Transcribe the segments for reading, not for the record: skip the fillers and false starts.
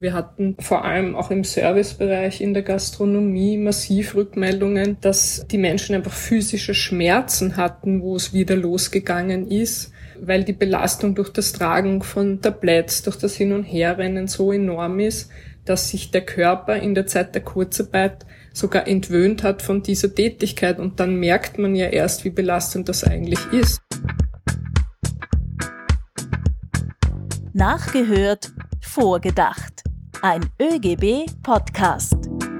Wir hatten vor allem auch im Servicebereich in der Gastronomie massiv Rückmeldungen, dass die Menschen einfach physische Schmerzen hatten, wo es wieder losgegangen ist, weil die Belastung durch das Tragen von Tabletts, durch das Hin- und Herrennen so enorm ist, dass sich der Körper in der Zeit der Kurzarbeit sogar entwöhnt hat von dieser Tätigkeit. Und dann merkt man ja erst, wie belastend das eigentlich ist. Nachgehört, vorgedacht. Ein ÖGB-Podcast.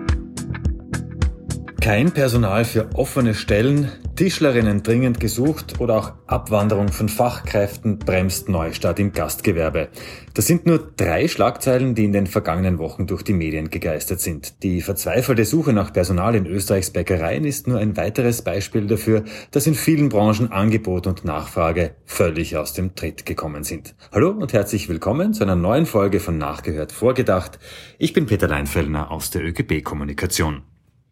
Kein Personal für offene Stellen, Tischlerinnen dringend gesucht oder auch Abwanderung von Fachkräften bremst Neustart im Gastgewerbe. Das sind nur 3 Schlagzeilen, die in den vergangenen Wochen durch die Medien gegeistert sind. Die verzweifelte Suche nach Personal in Österreichs Bäckereien ist nur ein weiteres Beispiel dafür, dass in vielen Branchen Angebot und Nachfrage völlig aus dem Tritt gekommen sind. Hallo und herzlich willkommen zu einer neuen Folge von Nachgehört vorgedacht. Ich bin Peter Leinfellner aus der ÖGB-Kommunikation.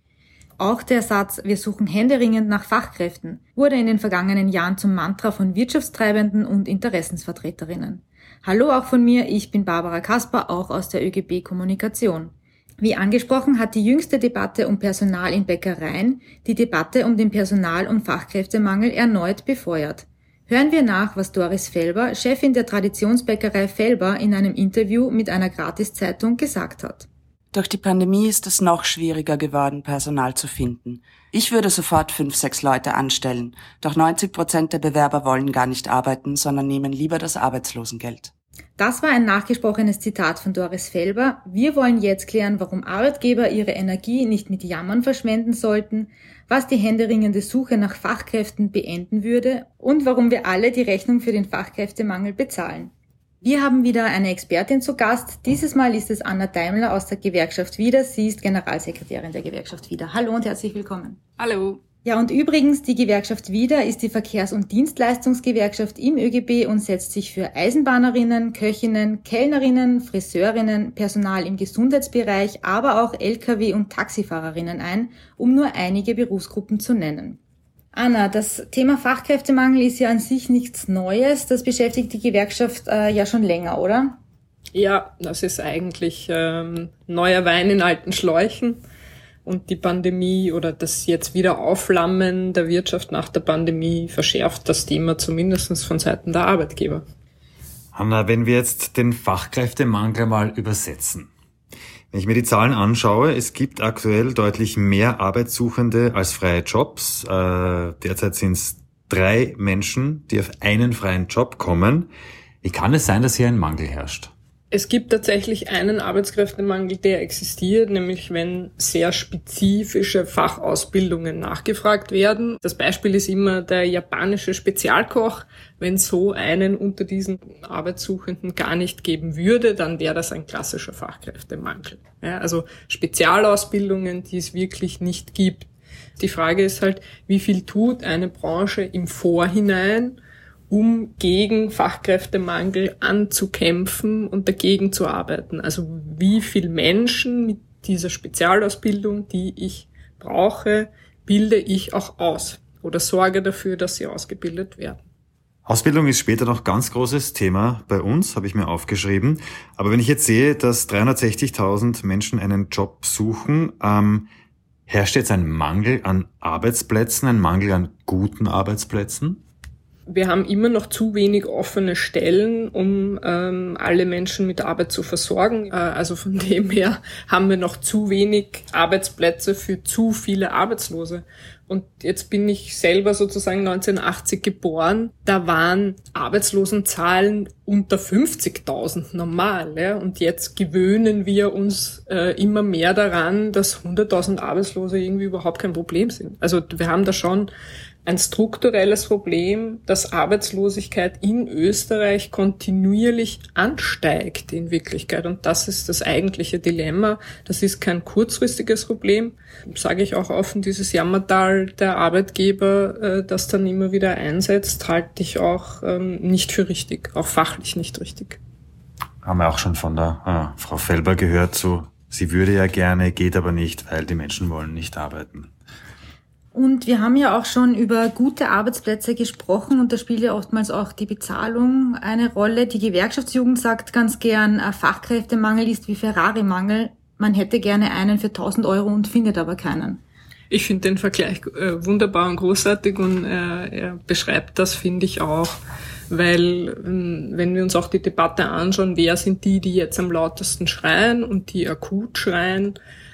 Auch der Satz, wir suchen händeringend nach Fachkräften, wurde in den vergangenen Jahren zum Mantra von Wirtschaftstreibenden und Interessensvertreterinnen. Hallo auch von mir, ich bin Barbara Kasper, auch aus der ÖGB Kommunikation. Wie angesprochen hat die jüngste Debatte um Personal in Bäckereien die Debatte um den Personal- und Fachkräftemangel erneut befeuert. Hören wir nach, was Doris Felber, Chefin der Traditionsbäckerei Felber, in einem Interview mit einer Gratiszeitung gesagt hat. Durch die Pandemie ist es noch schwieriger geworden, Personal zu finden. Ich würde sofort 5, 6 Leute anstellen, doch 90% der Bewerber wollen gar nicht arbeiten, sondern nehmen lieber das Arbeitslosengeld. Das war ein nachgesprochenes Zitat von Doris Felber. Wir wollen jetzt klären, warum Arbeitgeber ihre Energie nicht mit Jammern verschwenden sollten, was die händeringende Suche nach Fachkräften beenden würde und warum wir alle die Rechnung für den Fachkräftemangel bezahlen. Wir haben wieder eine Expertin zu Gast. Dieses Mal ist es Anna Daimler aus der Gewerkschaft WIDA. Sie ist Generalsekretärin der Gewerkschaft WIDA. Hallo und herzlich willkommen. Hallo. Ja, und übrigens, die Gewerkschaft WIDA ist die Verkehrs- und Dienstleistungsgewerkschaft im ÖGB und setzt sich für Eisenbahnerinnen, Köchinnen, Kellnerinnen, Friseurinnen, Personal im Gesundheitsbereich, aber auch Lkw- und Taxifahrerinnen ein, um nur einige Berufsgruppen zu nennen. Anna, das Thema Fachkräftemangel ist ja an sich nichts Neues. Das beschäftigt die Gewerkschaft ja schon länger, oder? Ja, das ist eigentlich neuer Wein in alten Schläuchen. Und die Pandemie oder das jetzt wieder Aufflammen der Wirtschaft nach der Pandemie verschärft das Thema zumindest von Seiten der Arbeitgeber. Anna, wenn wir jetzt den Fachkräftemangel mal übersetzen. Wenn ich mir die Zahlen anschaue, es gibt aktuell deutlich mehr Arbeitssuchende als freie Jobs. Derzeit sind es 3 Menschen, die auf einen freien Job kommen. Wie kann es sein, dass hier ein Mangel herrscht? Es gibt tatsächlich einen Arbeitskräftemangel, der existiert, nämlich wenn sehr spezifische Fachausbildungen nachgefragt werden. Das Beispiel ist immer der japanische Spezialkoch. Wenn so einen unter diesen Arbeitssuchenden gar nicht geben würde, dann wäre das ein klassischer Fachkräftemangel. Ja, also Spezialausbildungen, die es wirklich nicht gibt. Die Frage ist halt, wie viel tut eine Branche im Vorhinein, um gegen Fachkräftemangel anzukämpfen und dagegen zu arbeiten. Also wie viel Menschen mit dieser Spezialausbildung, die ich brauche, bilde ich auch aus oder sorge dafür, dass sie ausgebildet werden. Ausbildung ist später noch ganz großes Thema bei uns, habe ich mir aufgeschrieben. Aber wenn ich jetzt sehe, dass 360.000 Menschen einen Job suchen, herrscht jetzt ein Mangel an Arbeitsplätzen, ein Mangel an guten Arbeitsplätzen? Wir haben immer noch zu wenig offene Stellen, um alle Menschen mit Arbeit zu versorgen. Also von dem her haben wir noch zu wenig Arbeitsplätze für zu viele Arbeitslose. Und jetzt bin ich selber sozusagen 1980 geboren. Da waren Arbeitslosenzahlen unter 50.000 normal. Ja? Und jetzt gewöhnen wir uns immer mehr daran, dass 100.000 Arbeitslose irgendwie überhaupt kein Problem sind. Also wir haben da schon ein strukturelles Problem, dass Arbeitslosigkeit in Österreich kontinuierlich ansteigt in Wirklichkeit. Und das ist das eigentliche Dilemma. Das ist kein kurzfristiges Problem, sage ich auch offen. Dieses Jammertal der Arbeitgeber, das dann immer wieder einsetzt, halte ich auch nicht für richtig, auch fachlich nicht richtig. Haben wir auch schon von der Frau Felber gehört, so sie würde ja gerne, geht aber nicht, weil die Menschen wollen nicht arbeiten. Und wir haben ja auch schon über gute Arbeitsplätze gesprochen und da spielt ja oftmals auch die Bezahlung eine Rolle. Die Gewerkschaftsjugend sagt ganz gern, Fachkräftemangel ist wie Ferrari-Mangel. Man hätte gerne einen für 1.000 € und findet aber keinen. Ich finde den Vergleich wunderbar und großartig und er beschreibt das, finde ich auch, weil wenn wir uns auch die Debatte anschauen, wer sind die jetzt am lautesten schreien und die akut schreien,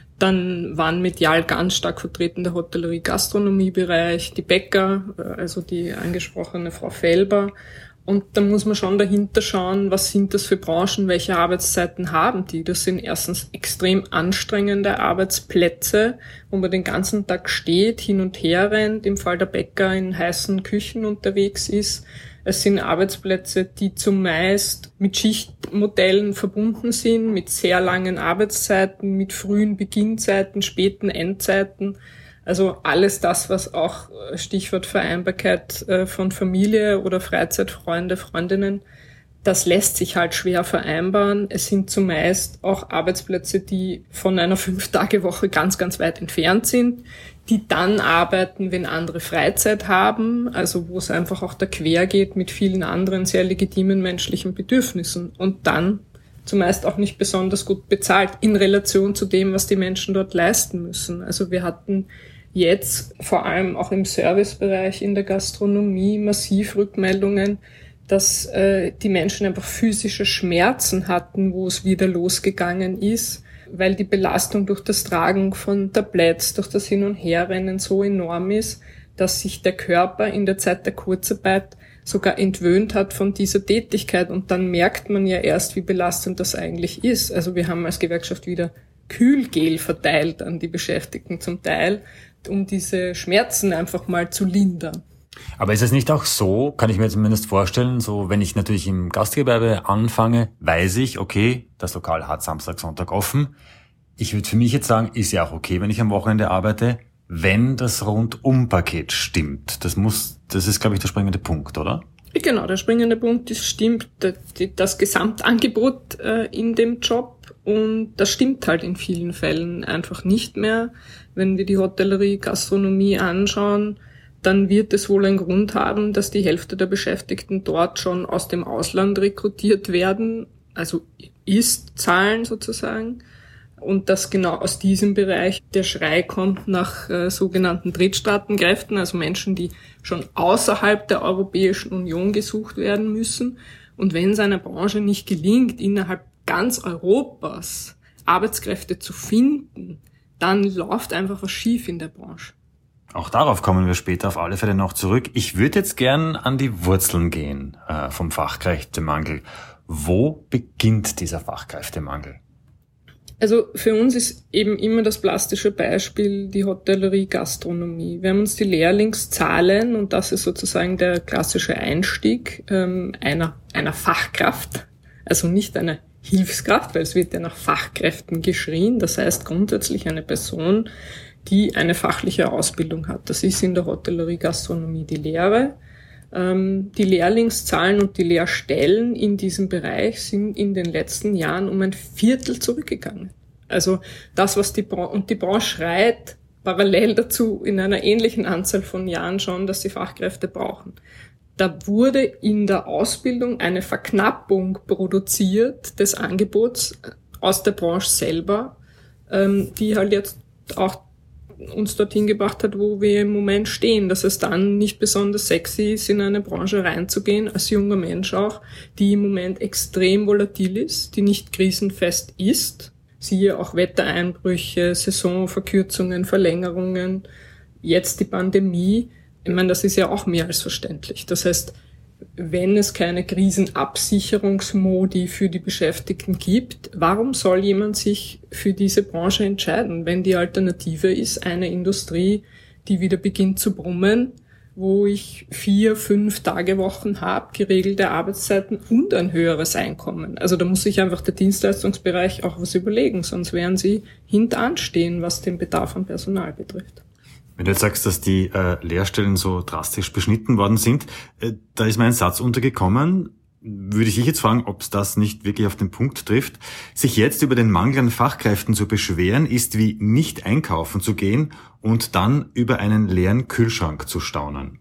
dann waren medial ganz stark vertreten der Hotellerie-Gastronomie-Bereich, die Bäcker, also die angesprochene Frau Felber. Und da muss man schon dahinter schauen, was sind das für Branchen, welche Arbeitszeiten haben die. Das sind erstens extrem anstrengende Arbeitsplätze, wo man den ganzen Tag steht, hin und her rennt, im Fall der Bäcker in heißen Küchen unterwegs ist. Es sind Arbeitsplätze, die zumeist mit Schichtmodellen verbunden sind, mit sehr langen Arbeitszeiten, mit frühen Beginnzeiten, späten Endzeiten. Also alles das, was auch Stichwort Vereinbarkeit von Familie oder Freizeit, Freunde, Freundinnen, das lässt sich halt schwer vereinbaren. Es sind zumeist auch Arbeitsplätze, die von einer 5-Tage-Woche ganz, ganz weit entfernt sind, die dann arbeiten, wenn andere Freizeit haben, also wo es einfach auch da quer geht mit vielen anderen sehr legitimen menschlichen Bedürfnissen und dann zumeist auch nicht besonders gut bezahlt in Relation zu dem, was die Menschen dort leisten müssen. Also wir hatten jetzt vor allem auch im Servicebereich, in der Gastronomie massiv Rückmeldungen, dass die Menschen einfach physische Schmerzen hatten, wo es wieder losgegangen ist, weil die Belastung durch das Tragen von Tabletts, durch das Hin- und Herrennen so enorm ist, dass sich der Körper in der Zeit der Kurzarbeit sogar entwöhnt hat von dieser Tätigkeit. Und dann merkt man ja erst, wie belastend das eigentlich ist. Also wir haben als Gewerkschaft wieder Kühlgel verteilt an die Beschäftigten zum Teil, um diese Schmerzen einfach mal zu lindern. Aber ist es nicht auch so, kann ich mir zumindest vorstellen, so wenn ich natürlich im Gastgewerbe anfange, weiß ich, okay, das Lokal hat Samstag, Sonntag offen. Ich würde für mich jetzt sagen, ist ja auch okay, wenn ich am Wochenende arbeite, wenn das Rundum-Paket stimmt. Das ist, glaube ich, der springende Punkt, oder? Genau, der springende Punkt ist, stimmt das Gesamtangebot in dem Job und das stimmt halt in vielen Fällen einfach nicht mehr. Wenn wir die Hotellerie, Gastronomie anschauen, dann wird es wohl einen Grund haben, dass die Hälfte der Beschäftigten dort schon aus dem Ausland rekrutiert werden, also Ist-Zahlen sozusagen. Und dass genau aus diesem Bereich der Schrei kommt nach sogenannten Drittstaatenkräften, also Menschen, die schon außerhalb der Europäischen Union gesucht werden müssen. Und wenn es einer Branche nicht gelingt, innerhalb ganz Europas Arbeitskräfte zu finden, dann läuft einfach was schief in der Branche. Auch darauf kommen wir später auf alle Fälle noch zurück. Ich würde jetzt gern an die Wurzeln gehen vom Fachkräftemangel. Wo beginnt dieser Fachkräftemangel? Also für uns ist eben immer das plastische Beispiel die Hotellerie, Gastronomie. Wir haben uns die Lehrlingszahlen, und das ist sozusagen der klassische Einstieg einer Fachkraft, also nicht einer Hilfskraft, weil es wird ja nach Fachkräften geschrien. Das heißt grundsätzlich eine Person, die eine fachliche Ausbildung hat. Das ist in der Hotellerie, Gastronomie die Lehre. Die Lehrlingszahlen und die Lehrstellen in diesem Bereich sind in den letzten Jahren um 1/4 zurückgegangen. Also das, was die Branche schreit, parallel dazu in einer ähnlichen Anzahl von Jahren schon, dass sie Fachkräfte brauchen. Da wurde in der Ausbildung eine Verknappung produziert des Angebots aus der Branche selber, die halt jetzt auch uns dorthin gebracht hat, wo wir im Moment stehen, dass es dann nicht besonders sexy ist, in eine Branche reinzugehen, als junger Mensch auch, die im Moment extrem volatil ist, die nicht krisenfest ist. Siehe auch Wettereinbrüche, Saisonverkürzungen, Verlängerungen, jetzt die Pandemie. Ich meine, das ist ja auch mehr als verständlich. Das heißt, wenn es keine Krisenabsicherungsmodi für die Beschäftigten gibt, warum soll jemand sich für diese Branche entscheiden, wenn die Alternative ist eine Industrie, die wieder beginnt zu brummen, wo ich 4-5 Tagewochen habe, geregelte Arbeitszeiten und ein höheres Einkommen. Also da muss sich einfach der Dienstleistungsbereich auch was überlegen, sonst werden sie hintanstehen, was den Bedarf an Personal betrifft. Wenn du jetzt sagst, dass die Lehrstellen so drastisch beschnitten worden sind, da ist mir ein Satz untergekommen, würde ich jetzt fragen, ob es das nicht wirklich auf den Punkt trifft. Sich jetzt über den Mangel an Fachkräften zu beschweren, ist wie nicht einkaufen zu gehen und dann über einen leeren Kühlschrank zu staunen.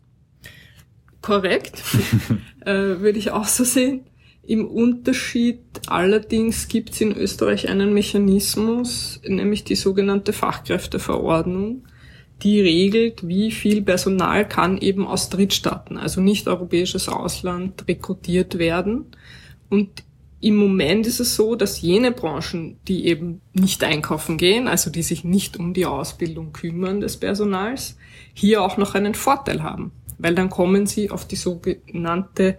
Korrekt, würde ich auch so sehen. Im Unterschied allerdings gibt es in Österreich einen Mechanismus, nämlich die sogenannte Fachkräfteverordnung, die regelt, wie viel Personal kann eben aus Drittstaaten, also nicht europäisches Ausland, rekrutiert werden. Und im Moment ist es so, dass jene Branchen, die eben nicht einkaufen gehen, also die sich nicht um die Ausbildung kümmern des Personals, hier auch noch einen Vorteil haben. Weil dann kommen sie auf die sogenannte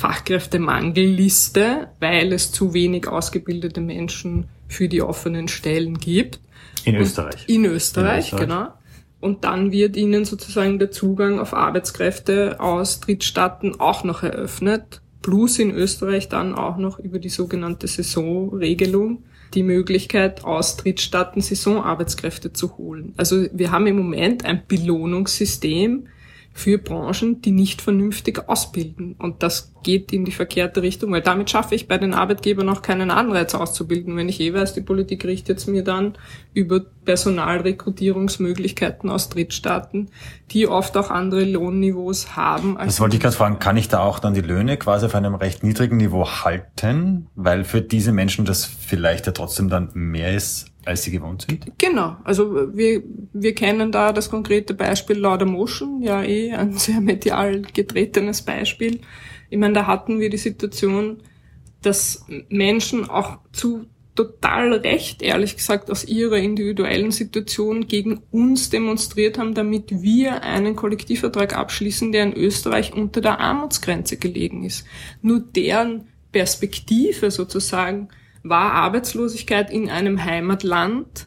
Fachkräftemangelliste, weil es zu wenig ausgebildete Menschen für die offenen Stellen gibt. In Österreich. In Österreich, genau. Und dann wird ihnen sozusagen der Zugang auf Arbeitskräfte aus Drittstaaten auch noch eröffnet. Plus in Österreich dann auch noch über die sogenannte Saisonregelung die Möglichkeit, aus Drittstaaten Saisonarbeitskräfte zu holen. Also wir haben im Moment ein Belohnungssystem für Branchen, die nicht vernünftig ausbilden. Und das geht in die verkehrte Richtung, weil damit schaffe ich bei den Arbeitgebern auch keinen Anreiz auszubilden. Wenn ich weiß, die Politik richtet es mir dann über Personalrekrutierungsmöglichkeiten aus Drittstaaten, die oft auch andere Lohnniveaus haben. Das wollte ich gerade fragen, kann ich da auch dann die Löhne quasi auf einem recht niedrigen Niveau halten? Weil für diese Menschen das vielleicht ja trotzdem dann mehr ist, als sie gewohnt sind? Genau, also wir kennen da das konkrete Beispiel Laudamotion, ja ein sehr medial getretenes Beispiel. Ich meine, da hatten wir die Situation, dass Menschen auch zu total Recht, ehrlich gesagt, aus ihrer individuellen Situation gegen uns demonstriert haben, damit wir einen Kollektivvertrag abschließen, der in Österreich unter der Armutsgrenze gelegen ist. Nur deren Perspektive sozusagen war Arbeitslosigkeit in einem Heimatland,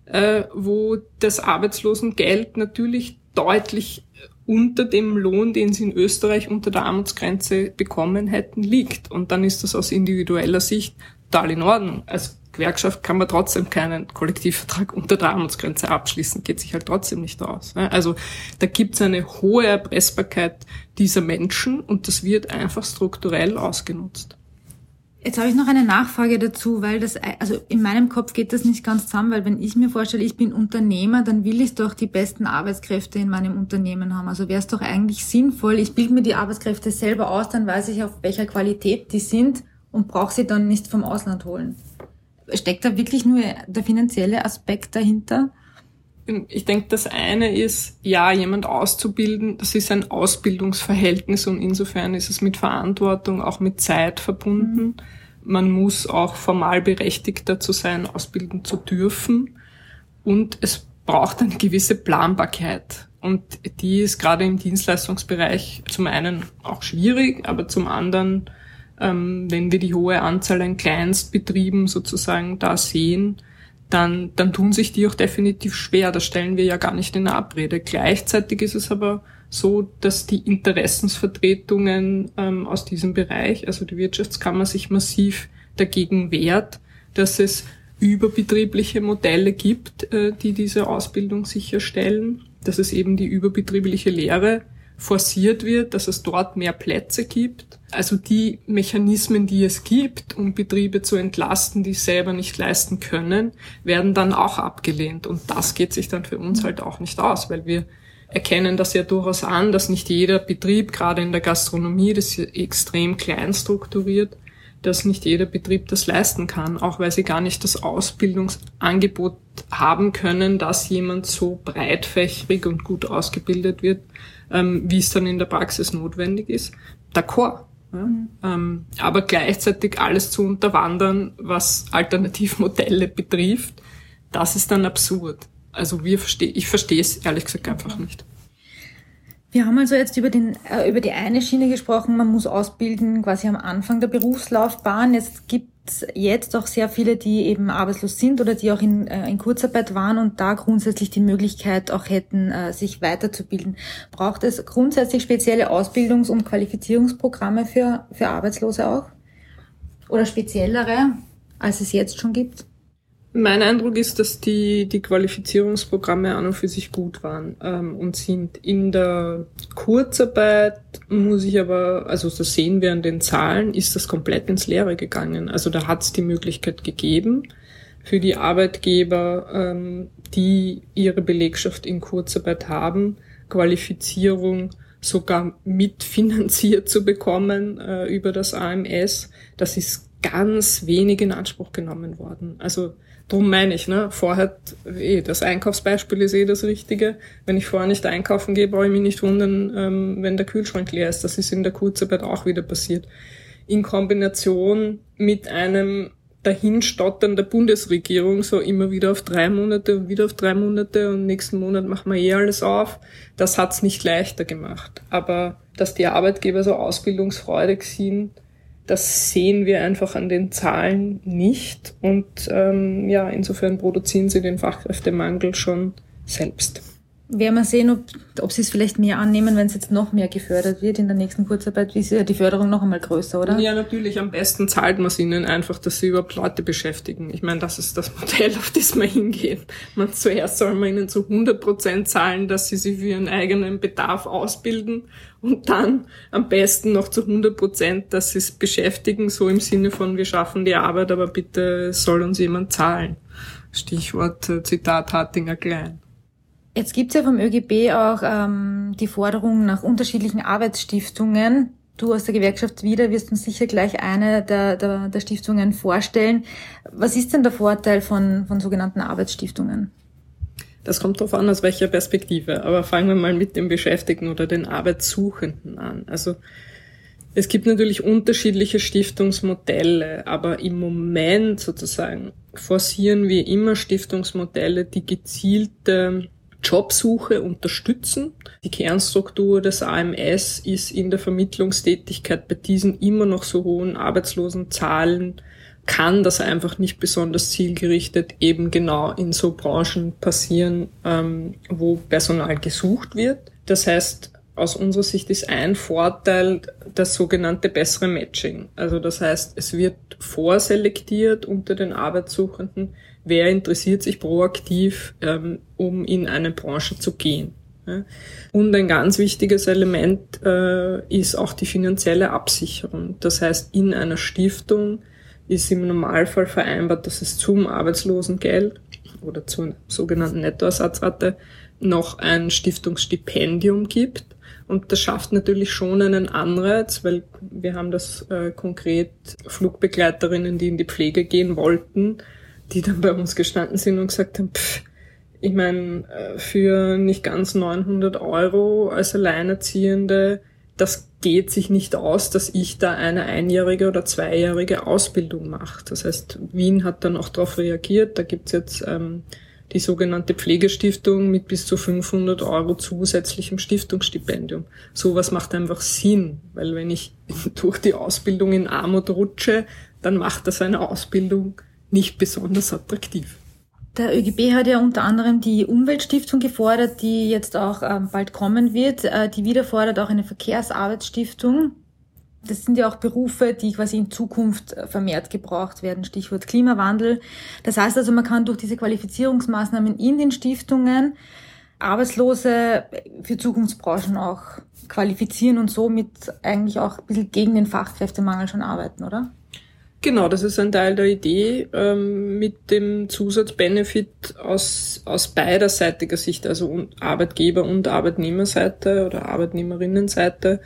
wo das Arbeitslosengeld natürlich deutlich unter dem Lohn, den sie in Österreich unter der Armutsgrenze bekommen hätten, liegt. Und dann ist das aus individueller Sicht total in Ordnung. Als Gewerkschaft kann man trotzdem keinen Kollektivvertrag unter der Armutsgrenze abschließen, geht sich halt trotzdem nicht aus. Also da gibt es eine hohe Erpressbarkeit dieser Menschen und das wird einfach strukturell ausgenutzt. Jetzt habe ich noch eine Nachfrage dazu, weil also in meinem Kopf geht das nicht ganz zusammen, weil wenn ich mir vorstelle, ich bin Unternehmer, dann will ich doch die besten Arbeitskräfte in meinem Unternehmen haben. Also wäre es doch eigentlich sinnvoll, ich bilde mir die Arbeitskräfte selber aus, dann weiß ich, auf welcher Qualität die sind und brauche sie dann nicht vom Ausland holen. Steckt da wirklich nur der finanzielle Aspekt dahinter? Ich denke, das eine ist, jemand auszubilden, das ist ein Ausbildungsverhältnis und insofern ist es mit Verantwortung, auch mit Zeit verbunden. Man muss auch formal berechtigt dazu sein, ausbilden zu dürfen und es braucht eine gewisse Planbarkeit und die ist gerade im Dienstleistungsbereich zum einen auch schwierig, aber zum anderen, wenn wir die hohe Anzahl an Kleinstbetrieben sozusagen da sehen, dann tun sich die auch definitiv schwer. Das stellen wir ja gar nicht in Abrede. Gleichzeitig ist es aber so, dass die Interessensvertretungen aus diesem Bereich, also die Wirtschaftskammer, sich massiv dagegen wehrt, dass es überbetriebliche Modelle gibt, die diese Ausbildung sicherstellen, dass es eben die überbetriebliche Lehre forciert wird, dass es dort mehr Plätze gibt. Also die Mechanismen, die es gibt, um Betriebe zu entlasten, die es selber nicht leisten können, werden dann auch abgelehnt. Und das geht sich dann für uns halt auch nicht aus, weil wir erkennen das ja durchaus an, dass nicht jeder Betrieb, gerade in der Gastronomie, das ist extrem klein strukturiert, dass nicht jeder Betrieb das leisten kann, auch weil sie gar nicht das Ausbildungsangebot haben können, dass jemand so breitfächrig und gut ausgebildet wird, wie es dann in der Praxis notwendig ist. D'accord. Ja? Aber gleichzeitig alles zu unterwandern, was Alternativmodelle betrifft, das ist dann absurd. Also ich verstehe es ehrlich gesagt einfach nicht. Wir haben also jetzt über die eine Schiene gesprochen, man muss ausbilden quasi am Anfang der Berufslaufbahn. Jetzt gibt es jetzt auch sehr viele, die eben arbeitslos sind oder die auch in Kurzarbeit waren und da grundsätzlich die Möglichkeit auch hätten, sich weiterzubilden. Braucht es grundsätzlich spezielle Ausbildungs- und Qualifizierungsprogramme für Arbeitslose auch? Oder speziellere, als es jetzt schon gibt? Mein Eindruck ist, dass die Qualifizierungsprogramme an und für sich gut waren und sind. In der Kurzarbeit muss ich aber, also das sehen wir an den Zahlen, ist das komplett ins Leere gegangen. Also da hat es die Möglichkeit gegeben für die Arbeitgeber, die ihre Belegschaft in Kurzarbeit haben, Qualifizierung sogar mitfinanziert zu bekommen über das AMS. Das ist ganz wenig in Anspruch genommen worden. Also drum meine ich, vorher, das Einkaufsbeispiel ist das Richtige. Wenn ich vorher nicht einkaufen gehe, brauche ich mich nicht wundern, wenn der Kühlschrank leer ist. Das ist in der Kurzarbeit auch wieder passiert. In Kombination mit einem Dahinstottern der Bundesregierung, so immer wieder auf 3 Monate und wieder auf 3 Monate und nächsten Monat machen wir alles auf. Das hat's nicht leichter gemacht. Aber dass die Arbeitgeber so ausbildungsfreudig sind, das sehen wir einfach an den Zahlen nicht. Und insofern produzieren sie den Fachkräftemangel schon selbst. Werden wir sehen, ob sie es vielleicht mehr annehmen, wenn es jetzt noch mehr gefördert wird in der nächsten Kurzarbeit. Ist ja die Förderung noch einmal größer, oder? Ja, natürlich. Am besten zahlt man es ihnen einfach, dass sie überhaupt Leute beschäftigen. Ich meine, das ist das Modell, auf das wir hingehen. Zuerst soll man ihnen zu 100% zahlen, dass sie sich für ihren eigenen Bedarf ausbilden und dann am besten noch zu 100%, dass sie es beschäftigen, so im Sinne von, wir schaffen die Arbeit, aber bitte soll uns jemand zahlen. Stichwort Zitat Hartinger-Klein. Jetzt gibt's ja vom ÖGB auch die Forderung nach unterschiedlichen Arbeitsstiftungen. Du aus der Gewerkschaft wieder wirst uns sicher gleich eine der Stiftungen vorstellen. Was ist denn der Vorteil von sogenannten Arbeitsstiftungen? Das kommt darauf an, aus welcher Perspektive. Aber fangen wir mal mit dem Beschäftigten oder den Arbeitssuchenden an. Also es gibt natürlich unterschiedliche Stiftungsmodelle, aber im Moment sozusagen forcieren wir immer Stiftungsmodelle, die gezielte Jobsuche unterstützen. Die Kernstruktur des AMS ist in der Vermittlungstätigkeit bei diesen immer noch so hohen Arbeitslosenzahlen, kann das einfach nicht besonders zielgerichtet eben genau in so Branchen passieren, wo Personal gesucht wird. Das heißt, aus unserer Sicht ist ein Vorteil das sogenannte bessere Matching. Also das heißt, es wird vorselektiert unter den Arbeitssuchenden, wer interessiert sich proaktiv, um in eine Branche zu gehen. Und ein ganz wichtiges Element ist auch die finanzielle Absicherung. Das heißt, in einer Stiftung ist im Normalfall vereinbart, dass es zum Arbeitslosengeld oder zur sogenannten Nettoersatzrate noch ein Stiftungsstipendium gibt. Und das schafft natürlich schon einen Anreiz, weil wir haben das konkret Flugbegleiterinnen, die in die Pflege gehen wollten, die dann bei uns gestanden sind und gesagt haben, ich meine, für nicht ganz 900 € als Alleinerziehende, das geht sich nicht aus, dass ich da eine 1-jährige oder 2-jährige Ausbildung mache. Das heißt, Wien hat dann auch darauf reagiert. Da gibt's jetzt die sogenannte Pflegestiftung mit bis zu 500 € zusätzlichem Stiftungsstipendium. Sowas macht einfach Sinn, weil wenn ich durch die Ausbildung in Armut rutsche, dann macht das eine Ausbildung nicht besonders attraktiv. Der ÖGB hat ja unter anderem die Umweltstiftung gefordert, die jetzt auch bald kommen wird. Die wieder fordert auch eine Verkehrsarbeitsstiftung. Das sind ja auch Berufe, die quasi in Zukunft vermehrt gebraucht werden, Stichwort Klimawandel. Das heißt also, man kann durch diese Qualifizierungsmaßnahmen in den Stiftungen Arbeitslose für Zukunftsbranchen auch qualifizieren und somit eigentlich auch ein bisschen gegen den Fachkräftemangel schon arbeiten, oder? Genau, das ist ein Teil der Idee, mit dem Zusatzbenefit aus beiderseitiger Sicht, also Arbeitgeber- und Arbeitnehmerseite oder Arbeitnehmerinnenseite,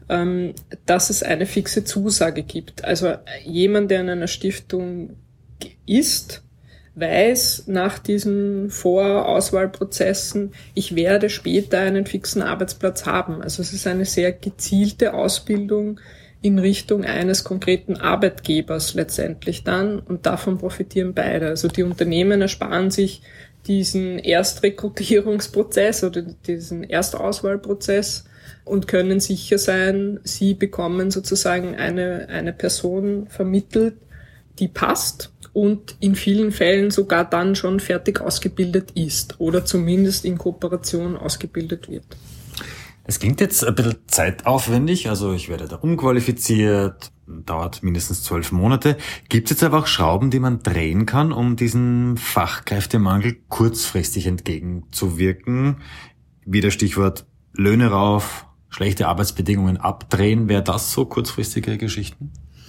dass es eine fixe Zusage gibt. Also jemand, der in einer Stiftung ist, weiß nach diesen Vorauswahlprozessen, ich werde später einen fixen Arbeitsplatz haben. Also es ist eine sehr gezielte Ausbildung in Richtung eines konkreten Arbeitgebers letztendlich dann, und davon profitieren beide. Also die Unternehmen ersparen sich diesen Erstrekrutierungsprozess oder diesen Erstauswahlprozess und können sicher sein, sie bekommen sozusagen eine Person vermittelt, die passt und in vielen Fällen sogar dann schon fertig ausgebildet ist oder zumindest in Kooperation ausgebildet wird. Es klingt jetzt ein bisschen zeitaufwendig, also ich werde da umqualifiziert, dauert mindestens 12 Monate. Gibt es jetzt aber auch Schrauben, die man drehen kann, um diesem Fachkräftemangel kurzfristig entgegenzuwirken? Wieder Stichwort Löhne rauf, schlechte Arbeitsbedingungen abdrehen. Wäre das so kurzfristige Geschichten?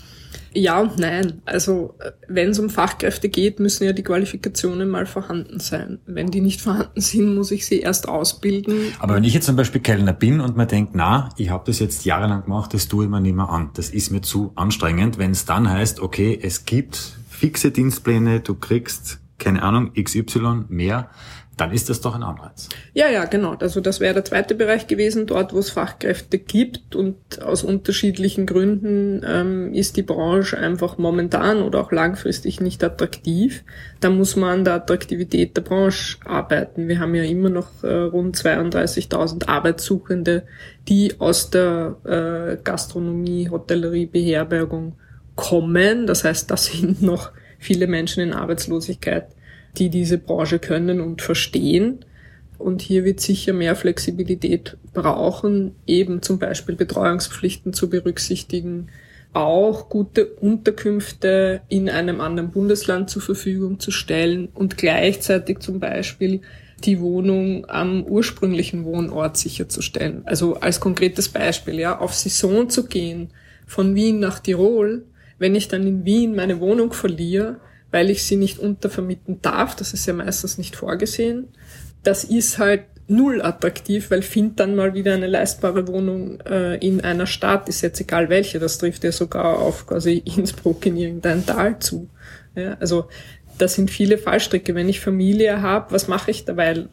Ja und nein. Also wenn es um Fachkräfte geht, müssen ja die Qualifikationen mal vorhanden sein. Wenn die nicht vorhanden sind, muss ich sie erst ausbilden. Aber wenn ich jetzt zum Beispiel Kellner bin und mir denke, ich habe das jetzt jahrelang gemacht, das tue ich mir nicht mehr an. Das ist mir zu anstrengend. Wenn es dann heißt, okay, es gibt fixe Dienstpläne, du kriegst, keine Ahnung, XY mehr, dann ist das doch ein Anreiz. Ja, genau. Also das wäre der zweite Bereich gewesen, dort wo es Fachkräfte gibt, und aus unterschiedlichen Gründen ist die Branche einfach momentan oder auch langfristig nicht attraktiv. Da muss man an der Attraktivität der Branche arbeiten. Wir haben ja immer noch rund 32.000 Arbeitssuchende, die aus der Gastronomie, Hotellerie, Beherbergung kommen. Das heißt, da sind noch viele Menschen in Arbeitslosigkeit, die diese Branche können und verstehen. Und hier wird sicher mehr Flexibilität brauchen, eben zum Beispiel Betreuungspflichten zu berücksichtigen, auch gute Unterkünfte in einem anderen Bundesland zur Verfügung zu stellen und gleichzeitig zum Beispiel die Wohnung am ursprünglichen Wohnort sicherzustellen. Also als konkretes Beispiel, auf Saison zu gehen von Wien nach Tirol, wenn ich dann in Wien meine Wohnung verliere, weil ich sie nicht untervermieten darf, das ist ja meistens nicht vorgesehen. Das ist halt null attraktiv, weil find dann mal wieder eine leistbare Wohnung in einer Stadt, ist jetzt egal welche, das trifft ja sogar auf quasi Innsbruck in irgendein Tal zu. Ja, also das sind viele Fallstricke. Wenn ich Familie habe, was mache ich dabei?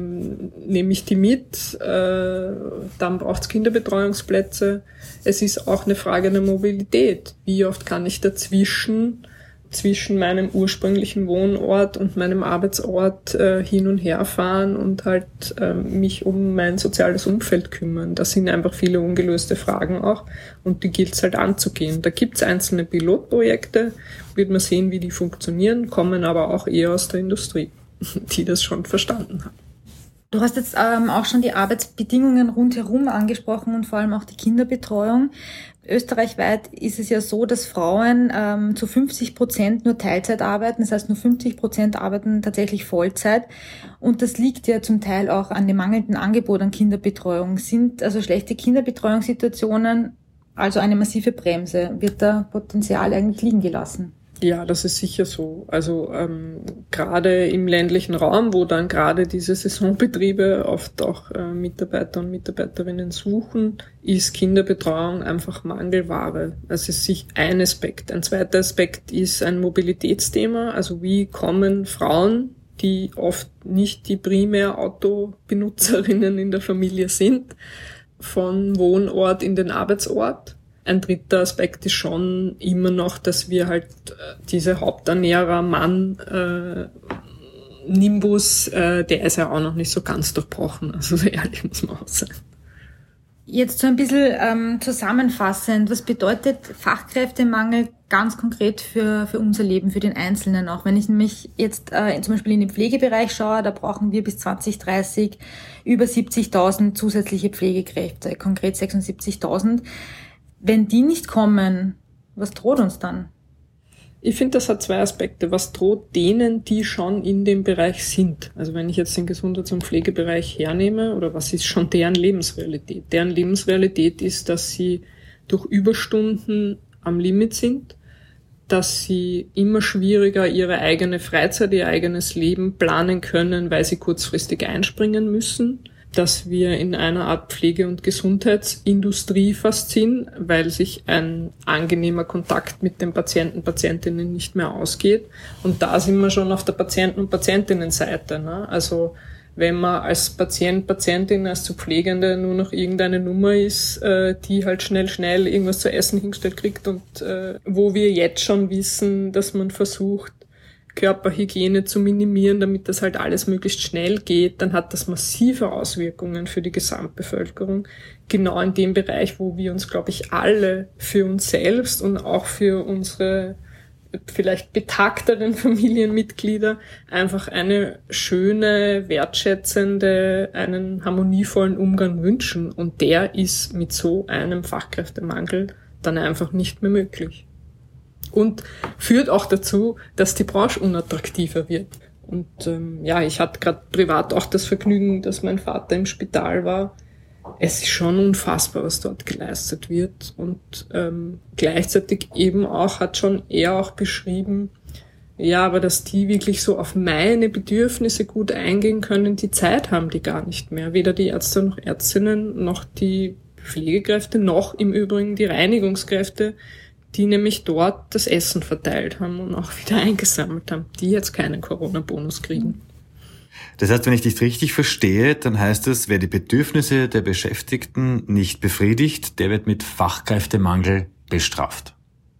Nehme ich die mit? Dann braucht es Kinderbetreuungsplätze. Es ist auch eine Frage der Mobilität. Wie oft kann ich zwischen meinem ursprünglichen Wohnort und meinem Arbeitsort hin und her fahren und halt mich um mein soziales Umfeld kümmern. Das sind einfach viele ungelöste Fragen auch, und die gilt es halt anzugehen. Da gibt es einzelne Pilotprojekte, wird man sehen, wie die funktionieren, kommen aber auch eher aus der Industrie, die das schon verstanden haben. Du hast jetzt auch schon die Arbeitsbedingungen rundherum angesprochen und vor allem auch die Kinderbetreuung. Österreichweit ist es ja so, dass Frauen zu 50% nur Teilzeit arbeiten. Das heißt, nur 50% arbeiten tatsächlich Vollzeit. Und das liegt ja zum Teil auch an dem mangelnden Angebot an Kinderbetreuung. Sind also schlechte Kinderbetreuungssituationen also eine massive Bremse? Wird da Potenzial eigentlich liegen gelassen? Ja, das ist sicher so. Also gerade im ländlichen Raum, wo dann gerade diese Saisonbetriebe oft auch Mitarbeiter und Mitarbeiterinnen suchen, ist Kinderbetreuung einfach Mangelware. Das ist sich ein Aspekt. Ein zweiter Aspekt ist ein Mobilitätsthema. Also wie kommen Frauen, die oft nicht die primär Autobenutzerinnen in der Familie sind, von Wohnort in den Arbeitsort? Ein dritter Aspekt ist schon immer noch, dass wir halt diese Haupternährer-Mann Nimbus, der ist ja auch noch nicht so ganz durchbrochen. Also so ehrlich muss man auch sein. Jetzt so ein bisschen zusammenfassend, was bedeutet Fachkräftemangel ganz konkret für unser Leben, für den Einzelnen auch? Wenn ich nämlich jetzt zum Beispiel in den Pflegebereich schaue, da brauchen wir bis 2030 über 70.000 zusätzliche Pflegekräfte, konkret 76.000. Wenn die nicht kommen, was droht uns dann? Ich finde, das hat zwei Aspekte. Was droht denen, die schon in dem Bereich sind? Also wenn ich jetzt den Gesundheits- und Pflegebereich hernehme, oder was ist schon deren Lebensrealität? Deren Lebensrealität ist, dass sie durch Überstunden am Limit sind, dass sie immer schwieriger ihre eigene Freizeit, ihr eigenes Leben planen können, weil sie kurzfristig einspringen müssen, dass wir in einer Art Pflege- und Gesundheitsindustrie fast sind, weil sich ein angenehmer Kontakt mit den Patienten, Patientinnen nicht mehr ausgeht. Und da sind wir schon auf der Patienten- und Patientinnenseite, ne? Also wenn man als Patient, Patientin, als zu Pflegende nur noch irgendeine Nummer ist, die halt schnell irgendwas zu essen hingestellt kriegt, und wo wir jetzt schon wissen, dass man versucht, Körperhygiene zu minimieren, damit das halt alles möglichst schnell geht, dann hat das massive Auswirkungen für die Gesamtbevölkerung. Genau in dem Bereich, wo wir uns, glaube ich, alle für uns selbst und auch für unsere vielleicht betagteren Familienmitglieder einfach eine schöne, wertschätzende, einen harmonievollen Umgang wünschen. Und der ist mit so einem Fachkräftemangel dann einfach nicht mehr möglich. Und führt auch dazu, dass die Branche unattraktiver wird. Und ich hatte gerade privat auch das Vergnügen, dass mein Vater im Spital war. Es ist schon unfassbar, was dort geleistet wird. Und gleichzeitig eben auch, hat schon er auch beschrieben, ja, aber dass die wirklich so auf meine Bedürfnisse gut eingehen können, die Zeit haben die gar nicht mehr. Weder die Ärzte noch Ärztinnen, noch die Pflegekräfte, noch im Übrigen die Reinigungskräfte, die nämlich dort das Essen verteilt haben und auch wieder eingesammelt haben, die jetzt keinen Corona-Bonus kriegen. Das heißt, wenn ich dich richtig verstehe, dann heißt es, wer die Bedürfnisse der Beschäftigten nicht befriedigt, der wird mit Fachkräftemangel bestraft.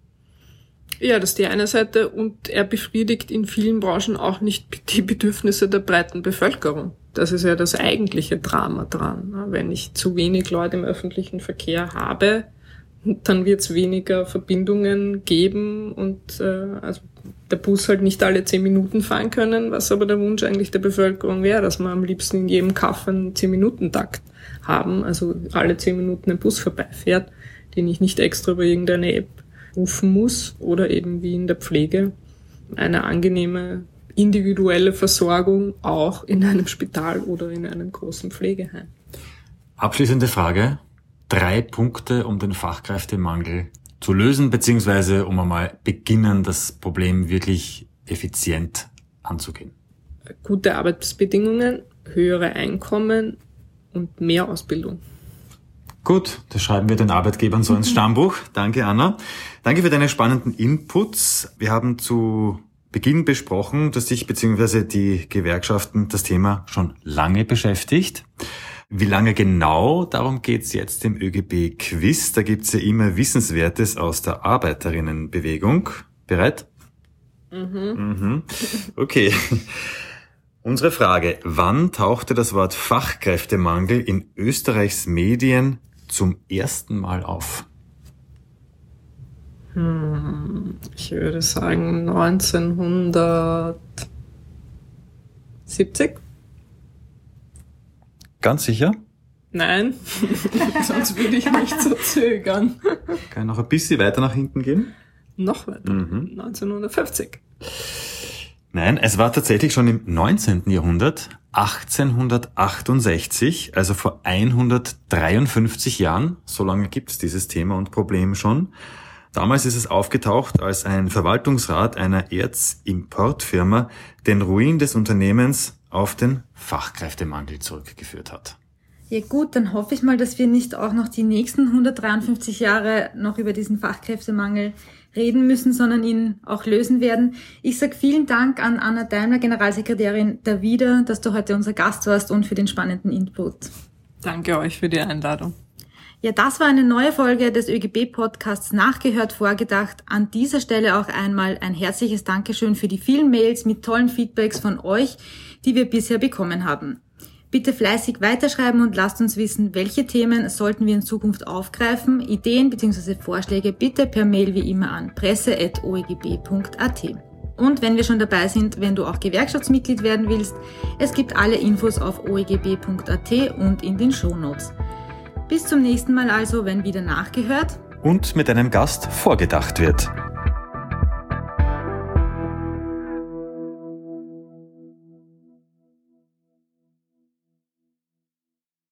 Ja, das ist die eine Seite, und er befriedigt in vielen Branchen auch nicht die Bedürfnisse der breiten Bevölkerung. Das ist ja das eigentliche Drama dran. Wenn ich zu wenig Leute im öffentlichen Verkehr habe, dann wird es weniger Verbindungen geben und also der Bus halt nicht alle 10 Minuten fahren können, was aber der Wunsch eigentlich der Bevölkerung wäre, dass wir am liebsten in jedem Kaff einen 10-Minuten-Takt haben, also alle 10 Minuten ein Bus vorbeifährt, den ich nicht extra über irgendeine App rufen muss, oder eben wie in der Pflege eine angenehme individuelle Versorgung auch in einem Spital oder in einem großen Pflegeheim. Abschließende Frage. 3 Punkte, um den Fachkräftemangel zu lösen, beziehungsweise um einmal beginnen, das Problem wirklich effizient anzugehen. Gute Arbeitsbedingungen, höhere Einkommen und mehr Ausbildung. Gut, das schreiben wir den Arbeitgebern so ins Stammbuch. Danke, Anna. Danke für deine spannenden Inputs. Wir haben zu Beginn besprochen, dass sich bzw. die Gewerkschaften das Thema schon lange beschäftigt. Wie lange genau? Darum geht's jetzt im ÖGB-Quiz. Da gibt's ja immer Wissenswertes aus der Arbeiterinnenbewegung. Bereit? Okay. Unsere Frage: Wann tauchte das Wort Fachkräftemangel in Österreichs Medien zum ersten Mal auf? Ich würde sagen 1970. Ganz sicher? Nein, sonst würde ich nicht so zögern. Kann ich noch ein bisschen weiter nach hinten gehen? Noch weiter, 1950. Nein, es war tatsächlich schon im 19. Jahrhundert, 1868, also vor 153 Jahren. So lange gibt es dieses Thema und Problem schon. Damals ist es aufgetaucht, als ein Verwaltungsrat einer Erzimportfirma den Ruin des Unternehmens auf den Fachkräftemangel zurückgeführt hat. Ja gut, dann hoffe ich mal, dass wir nicht auch noch die nächsten 153 Jahre noch über diesen Fachkräftemangel reden müssen, sondern ihn auch lösen werden. Ich sage vielen Dank an Anna Daimler, Generalsekretärin der WIDA, dass du heute unser Gast warst und für den spannenden Input. Danke euch für die Einladung. Ja, das war eine neue Folge des ÖGB-Podcasts Nachgehört, Vorgedacht. An dieser Stelle auch einmal ein herzliches Dankeschön für die vielen Mails mit tollen Feedbacks von euch, die wir bisher bekommen haben. Bitte fleißig weiterschreiben und lasst uns wissen, welche Themen sollten wir in Zukunft aufgreifen. Ideen bzw. Vorschläge bitte per Mail wie immer an presse@oegb.at. Und wenn wir schon dabei sind, wenn du auch Gewerkschaftsmitglied werden willst, es gibt alle Infos auf oegb.at und in den Shownotes. Bis zum nächsten Mal also, wenn wieder nachgehört und mit einem Gast vorgedacht wird.